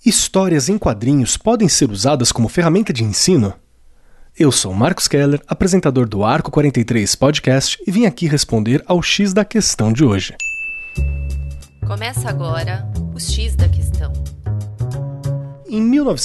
Histórias em quadrinhos podem ser usadas como ferramenta de ensino? Eu sou Marcos Keller, apresentador do Arco 43 Podcast, e vim aqui responder ao X da questão de hoje. Começa agora o X da questão. Em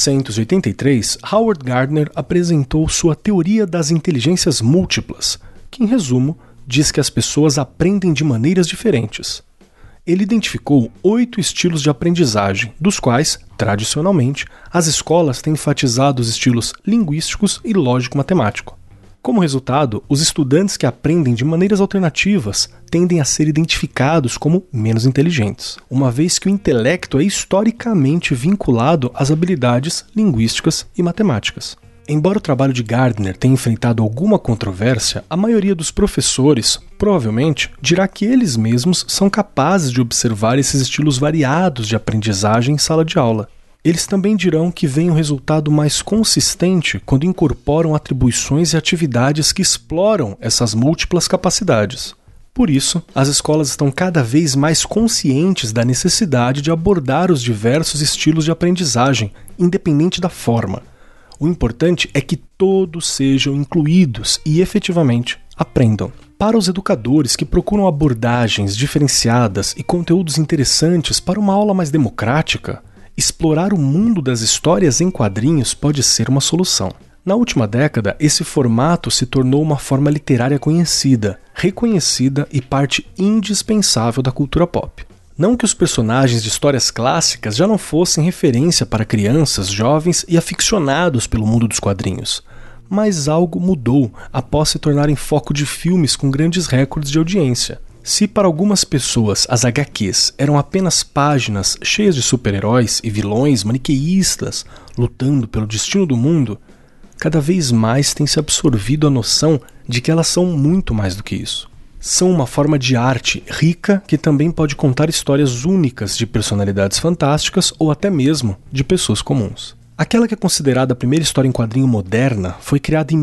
1983, Howard Gardner apresentou sua teoria das inteligências múltiplas, que, em resumo, diz que as pessoas aprendem de maneiras diferentes. Ele identificou 8 estilos de aprendizagem, dos quais, tradicionalmente, as escolas têm enfatizado os estilos linguísticos e lógico-matemático. Como resultado, os estudantes que aprendem de maneiras alternativas tendem a ser identificados como menos inteligentes, uma vez que o intelecto é historicamente vinculado às habilidades linguísticas e matemáticas. Embora o trabalho de Gardner tenha enfrentado alguma controvérsia, a maioria dos professores, provavelmente, dirá que eles mesmos são capazes de observar esses estilos variados de aprendizagem em sala de aula. Eles também dirão que vem um resultado mais consistente quando incorporam atribuições e atividades que exploram essas múltiplas capacidades. Por isso, as escolas estão cada vez mais conscientes da necessidade de abordar os diversos estilos de aprendizagem, independente da forma. O importante é que todos sejam incluídos e, efetivamente, aprendam. Para os educadores que procuram abordagens diferenciadas e conteúdos interessantes para uma aula mais democrática, explorar o mundo das histórias em quadrinhos pode ser uma solução. Na última década, esse formato se tornou uma forma literária conhecida, reconhecida e parte indispensável da cultura pop. Não que os personagens de histórias clássicas já não fossem referência para crianças, jovens e aficionados pelo mundo dos quadrinhos, mas algo mudou após se tornarem foco de filmes com grandes recordes de audiência. Se para algumas pessoas as HQs eram apenas páginas cheias de super-heróis e vilões maniqueístas lutando pelo destino do mundo, cada vez mais tem se absorvido a noção de que elas são muito mais do que isso. São uma forma de arte rica que também pode contar histórias únicas de personalidades fantásticas ou até mesmo de pessoas comuns. Aquela que é considerada a primeira história em quadrinho moderna foi criada em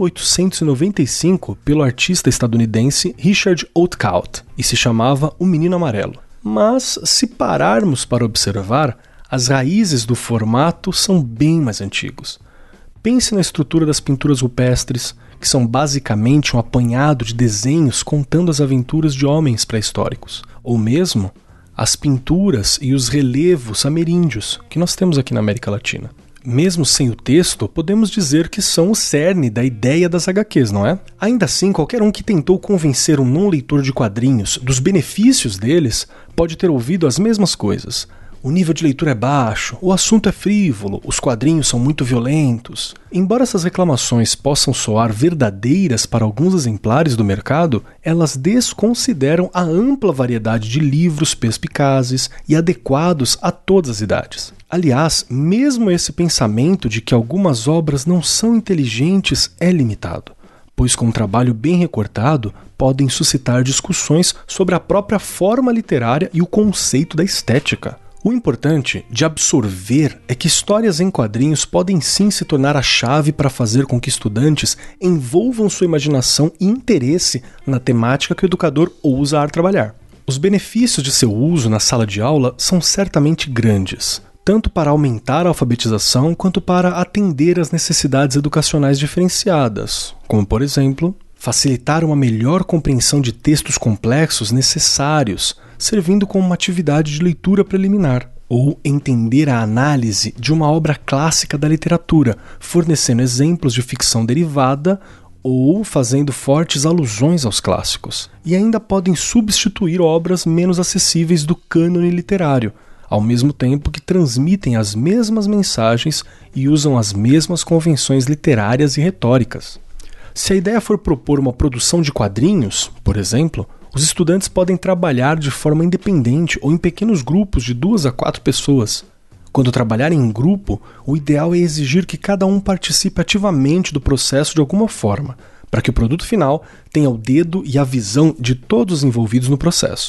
1895 pelo artista estadunidense Richard Outcault e se chamava O Menino Amarelo. Mas, se pararmos para observar, as raízes do formato são bem mais antigos. Pense na estrutura das pinturas rupestres, que são basicamente um apanhado de desenhos contando as aventuras de homens pré-históricos, ou mesmo as pinturas e os relevos ameríndios que nós temos aqui na América Latina. Mesmo sem o texto, podemos dizer que são o cerne da ideia das HQs, não é? Ainda assim, qualquer um que tentou convencer um não-leitor de quadrinhos dos benefícios deles pode ter ouvido as mesmas coisas. O nível de leitura é baixo, o assunto é frívolo, os quadrinhos são muito violentos. Embora essas reclamações possam soar verdadeiras para alguns exemplares do mercado, elas desconsideram a ampla variedade de livros perspicazes e adequados a todas as idades. Aliás, mesmo esse pensamento de que algumas obras não são inteligentes é limitado, pois com um trabalho bem recortado podem suscitar discussões sobre a própria forma literária e o conceito da estética. O importante de absorver é que histórias em quadrinhos podem sim se tornar a chave para fazer com que estudantes envolvam sua imaginação e interesse na temática que o educador ousa trabalhar. Os benefícios de seu uso na sala de aula são certamente grandes, tanto para aumentar a alfabetização quanto para atender às necessidades educacionais diferenciadas, como, por exemplo, facilitar uma melhor compreensão de textos complexos necessários, servindo como uma atividade de leitura preliminar, ou entender a análise de uma obra clássica da literatura, fornecendo exemplos de ficção derivada ou fazendo fortes alusões aos clássicos. E ainda podem substituir obras menos acessíveis do cânone literário, ao mesmo tempo que transmitem as mesmas mensagens e usam as mesmas convenções literárias e retóricas. Se a ideia for propor uma produção de quadrinhos, por exemplo, os estudantes podem trabalhar de forma independente ou em pequenos grupos de 2 a 4 pessoas. Quando trabalharem em grupo, o ideal é exigir que cada um participe ativamente do processo de alguma forma, para que o produto final tenha o dedo e a visão de todos os envolvidos no processo.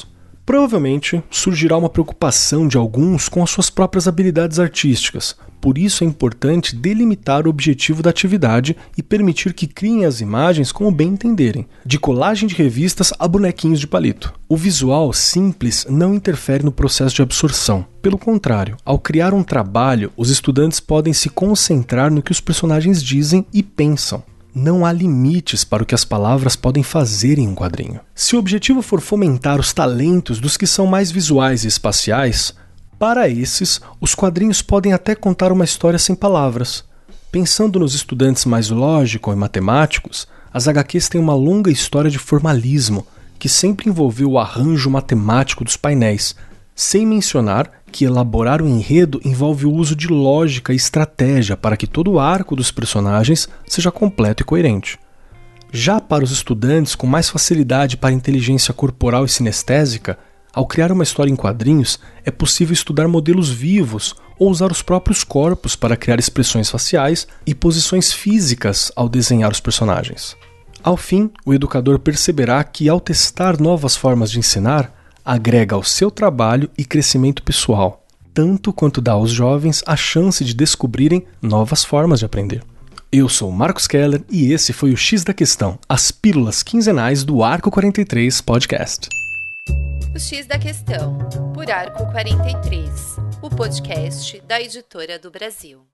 Provavelmente surgirá uma preocupação de alguns com as suas próprias habilidades artísticas. Por isso é importante delimitar o objetivo da atividade e permitir que criem as imagens como bem entenderem, de colagem de revistas a bonequinhos de palito. O visual simples não interfere no processo de absorção. Pelo contrário, ao criar um trabalho, os estudantes podem se concentrar no que os personagens dizem e pensam. Não há limites para o que as palavras podem fazer em um quadrinho. Se o objetivo for fomentar os talentos dos que são mais visuais e espaciais, para esses, os quadrinhos podem até contar uma história sem palavras. Pensando nos estudantes mais lógicos e matemáticos, as HQs têm uma longa história de formalismo, que sempre envolveu o arranjo matemático dos painéis, sem mencionar que elaborar o enredo envolve o uso de lógica e estratégia para que todo o arco dos personagens seja completo e coerente. Já para os estudantes com mais facilidade para a inteligência corporal e sinestésica, ao criar uma história em quadrinhos, é possível estudar modelos vivos ou usar os próprios corpos para criar expressões faciais e posições físicas ao desenhar os personagens. Ao fim, o educador perceberá que, ao testar novas formas de ensinar, agrega ao seu trabalho e crescimento pessoal, tanto quanto dá aos jovens a chance de descobrirem novas formas de aprender. Eu sou Marcos Keller e esse foi o X da Questão, as pílulas quinzenais do Arco 43 Podcast. O X da Questão, por Arco 43, o podcast da Editora do Brasil.